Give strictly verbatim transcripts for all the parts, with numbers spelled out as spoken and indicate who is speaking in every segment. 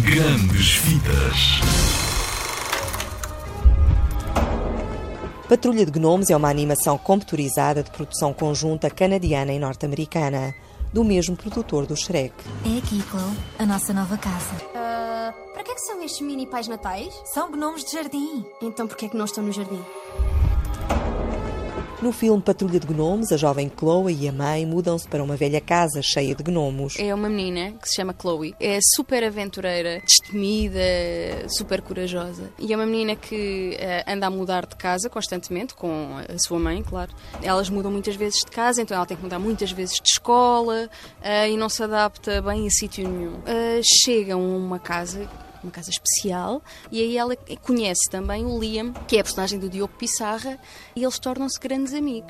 Speaker 1: Grandes Vidas.
Speaker 2: Patrulha de Gnomos é uma animação computurizada de produção conjunta canadiana e norte-americana, do mesmo produtor do Shrek.
Speaker 3: É aqui, Chloe, a nossa nova casa.
Speaker 4: Uh, para que é que são estes mini pais natais?
Speaker 3: São gnomos de jardim.
Speaker 4: Então porquê é que não estão no jardim?
Speaker 2: No filme Patrulha de Gnomos, a jovem Chloe e a mãe mudam-se para uma velha casa cheia de gnomos.
Speaker 5: É uma menina que se chama Chloe. É super aventureira, destemida, super corajosa. E é uma menina que uh, anda a mudar de casa constantemente, com a sua mãe, claro. Elas mudam muitas vezes de casa, então ela tem que mudar muitas vezes de escola uh, e não se adapta bem a sítio nenhum. Uh, chegam a uma casa... uma casa especial, e aí ela conhece também o Liam, que é a personagem do Diogo Pissarra, e eles tornam-se grandes amigos.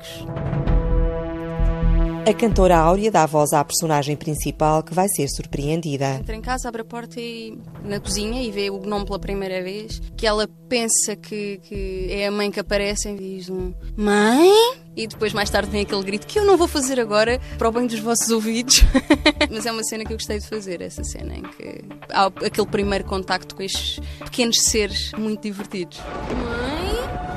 Speaker 2: A cantora Áurea dá voz à personagem principal, que vai ser surpreendida.
Speaker 5: Entra em casa, abre a porta e, na cozinha e vê o gnomo pela primeira vez, que ela pensa que, que é a mãe que aparece e diz um mãe? E depois mais tarde vem aquele grito que eu não vou fazer agora para o bem dos vossos ouvidos. Mas é uma cena que eu gostei de fazer, essa cena em que há aquele primeiro contacto com estes pequenos seres muito divertidos.
Speaker 4: Mãe?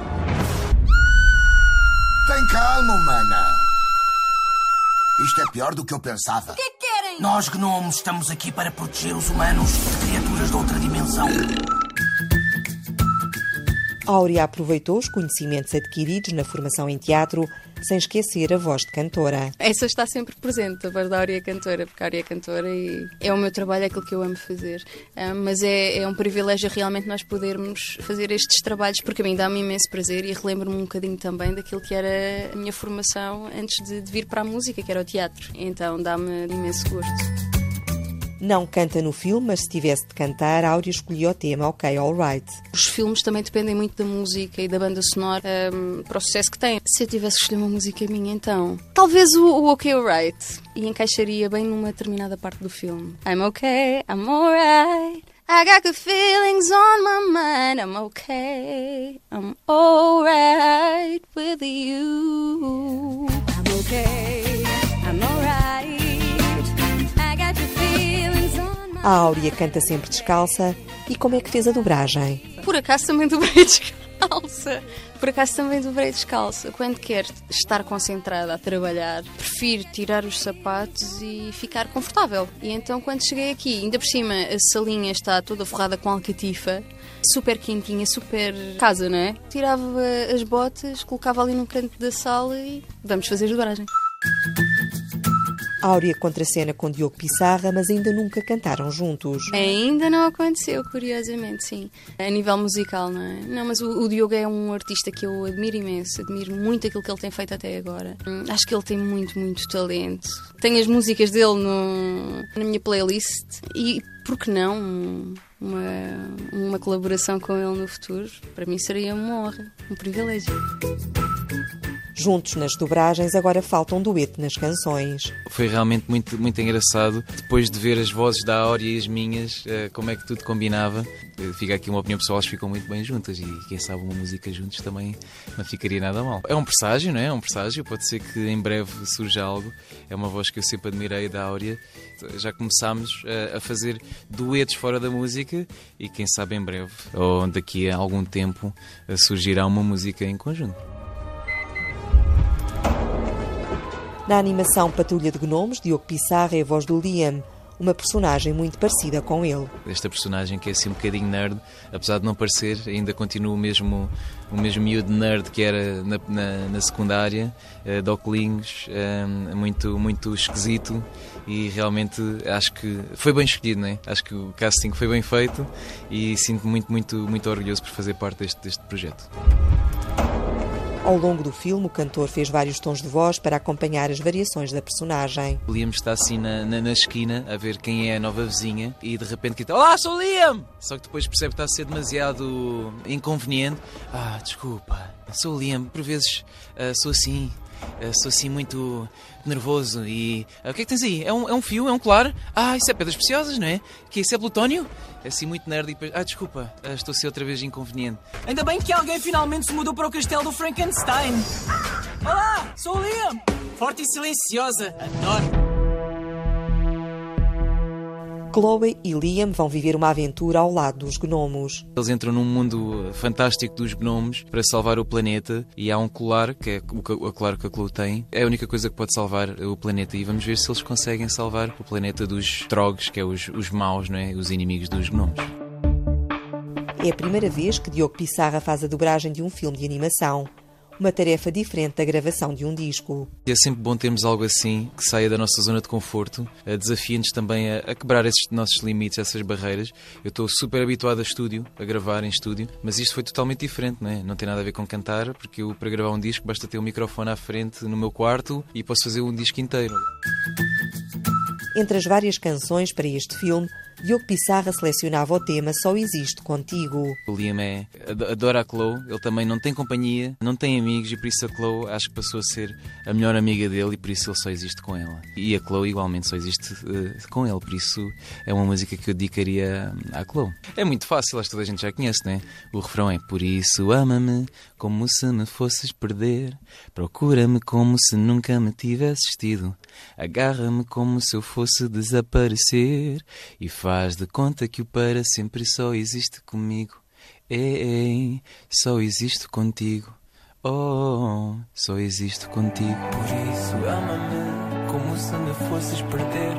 Speaker 6: Tem calma, humana. Isto é pior do que eu pensava.
Speaker 4: O que é que querem?
Speaker 6: Nós, gnomos, estamos aqui para proteger os humanos de criaturas de outra dimensão.
Speaker 2: Áurea aproveitou os conhecimentos adquiridos na formação em teatro, sem esquecer a voz de cantora.
Speaker 5: Essa está sempre presente, a voz da Áurea cantora, porque a Áurea é cantora e é o meu trabalho, é aquilo que eu amo fazer. Um, mas é, é um privilégio realmente nós podermos fazer estes trabalhos, porque a mim dá-me imenso prazer e relembro-me um bocadinho também daquilo que era a minha formação antes de, de vir para a música, que era o teatro. Então dá-me imenso gosto.
Speaker 2: Não canta no filme, mas se tivesse de cantar, Áurea escolhia o tema OK Alright.
Speaker 5: Os filmes também dependem muito da música e da banda sonora um, para o sucesso que têm. Se eu tivesse que escolher uma música minha, então, talvez o, o OK Alright. E encaixaria bem numa determinada parte do filme. I'm okay, I'm alright. I got good feelings on my mind. I'm okay, I'm alright with you. I'm okay, I'm alright.
Speaker 2: A Áurea canta sempre descalça. E como é que fez a dobragem?
Speaker 5: Por acaso também dobrei descalça. Por acaso também dobrei descalça. Quando quero estar concentrada a trabalhar, prefiro tirar os sapatos e ficar confortável. E então quando cheguei aqui, ainda por cima a salinha está toda forrada com alcatifa, super quentinha, super casa, não é? Tirava as botas, colocava ali num canto da sala e vamos fazer a dobragem.
Speaker 2: Áurea contracena com Diogo Pissarra, mas ainda nunca cantaram juntos.
Speaker 5: Ainda não aconteceu, curiosamente, sim. A nível musical, não é? Não, mas o, o Diogo é um artista que eu admiro imenso. Admiro muito aquilo que ele tem feito até agora. Hum, acho que ele tem muito, muito talento. Tenho as músicas dele no, na minha playlist e, por que não, uma, uma colaboração com ele no futuro? Para mim seria uma honra, um privilégio.
Speaker 2: Juntos nas dobragens, agora falta um dueto nas canções.
Speaker 7: Foi realmente muito, muito engraçado, depois de ver as vozes da Áurea e as minhas, como é que tudo combinava. Fica aqui uma opinião pessoal, elas ficam muito bem juntas e quem sabe uma música juntos também não ficaria nada mal. É um presságio, não é? É um presságio, pode ser que em breve surja algo. É uma voz que eu sempre admirei da Áurea. Já começámos a fazer duetos fora da música e quem sabe em breve, ou daqui a algum tempo, surgirá uma música em conjunto.
Speaker 2: Na animação Patrulha de Gnomos, Diogo Pissarra é a voz do Liam, uma personagem muito parecida com ele.
Speaker 7: Esta personagem que é assim um bocadinho nerd, apesar de não parecer, ainda continua o mesmo, o mesmo miúdo nerd que era na, na, na secundária, uh, de óculos, um, muito, muito esquisito e realmente acho que foi bem escolhido, não é? Acho que o casting foi bem feito e sinto-me muito, muito, muito orgulhoso por fazer parte deste, deste projeto.
Speaker 2: Ao longo do filme, o cantor fez vários tons de voz para acompanhar as variações da personagem.
Speaker 7: O Liam está assim na, na, na esquina a ver quem é a nova vizinha e de repente grita: "Olá, sou o Liam!" Só que depois percebe que está a ser demasiado inconveniente. "Ah, desculpa, sou o Liam, por vezes uh, sou assim, uh, sou assim muito nervoso e... Uh, o que é que tens aí? É um, é um fio? É um colar? Ah, isso é pedras preciosas, não é? Que isso é plutónio?" É assim muito nerd e depois... "Ah, desculpa, uh, estou a ser outra vez inconveniente."
Speaker 8: Ainda bem que alguém finalmente se mudou para o castelo do Frankenstein. Olá, sou o Liam. Forte e silenciosa. Adoro.
Speaker 2: Chloe e Liam vão viver uma aventura ao lado dos gnomos.
Speaker 7: Eles entram num mundo fantástico dos gnomos para salvar o planeta e há um colar, que é o colar que a Chloe tem, é a única coisa que pode salvar o planeta e vamos ver se eles conseguem salvar o planeta dos trogs, que é os, os maus, não é? Os inimigos dos gnomos.
Speaker 2: É a primeira vez que Diogo Pissarra faz a dobragem de um filme de animação. Uma tarefa diferente da gravação de um disco.
Speaker 7: É sempre bom termos algo assim, que saia da nossa zona de conforto, desafia-nos também a, a quebrar esses nossos limites, essas barreiras. Eu estou super habituado a estúdio, a gravar em estúdio, mas isto foi totalmente diferente, não é? Não tem nada a ver com cantar, porque eu, para gravar um disco, basta ter um microfone à frente no meu quarto e posso fazer um disco inteiro.
Speaker 2: Entre as várias canções para este filme, Diogo Pissarra selecionava o tema Só Existe Contigo.
Speaker 7: O Liam é, adora a Chloe, ele também não tem companhia, não tem amigos e por isso a Chloe acho que passou a ser a melhor amiga dele e por isso ele só existe com ela. E a Chloe igualmente só existe uh, com ele, por isso é uma música que eu dedicaria à Chloe. É muito fácil, acho que toda a gente já conhece, não é? O refrão é: por isso ama-me como se me fosses perder, procura-me como se nunca me tivesses tido, agarra-me como se eu fosse desaparecer e faz de conta que o para sempre só existe comigo. Ei, ei, só existe contigo. Oh, só existe contigo.
Speaker 9: Por isso ama-me como se me fosses perder,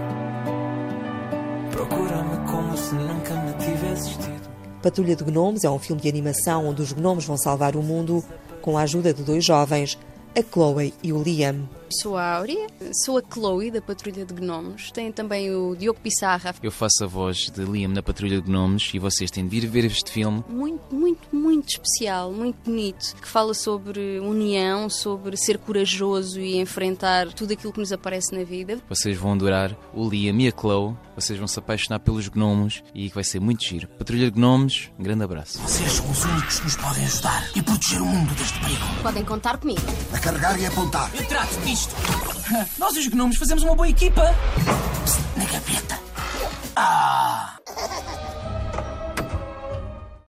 Speaker 9: procura-me como se nunca me tivesses tido.
Speaker 2: Patrulha de Gnomos é um filme de animação onde os gnomos vão salvar o mundo com a ajuda de dois jovens, a Chloe e o Liam.
Speaker 5: Sou a Áurea, sou a Chloe da Patrulha de Gnomos, tem também o Diogo Pissarra.
Speaker 7: Eu faço a voz de Liam na Patrulha de Gnomos e vocês têm de vir ver este filme.
Speaker 5: Muito, muito, muito especial, muito bonito, que fala sobre união, sobre ser corajoso e enfrentar tudo aquilo que nos aparece na vida.
Speaker 7: Vocês vão adorar o Liam e a Chloe, vocês vão se apaixonar pelos gnomos e vai ser muito giro. Patrulha de Gnomos, um grande abraço.
Speaker 6: Vocês são os únicos que nos podem ajudar e proteger o mundo deste perigo.
Speaker 4: Podem contar comigo.
Speaker 6: A carregar e apontar.
Speaker 8: Eu trato disto. Nós os gnomos fazemos uma boa equipa.
Speaker 6: Psst, ninguém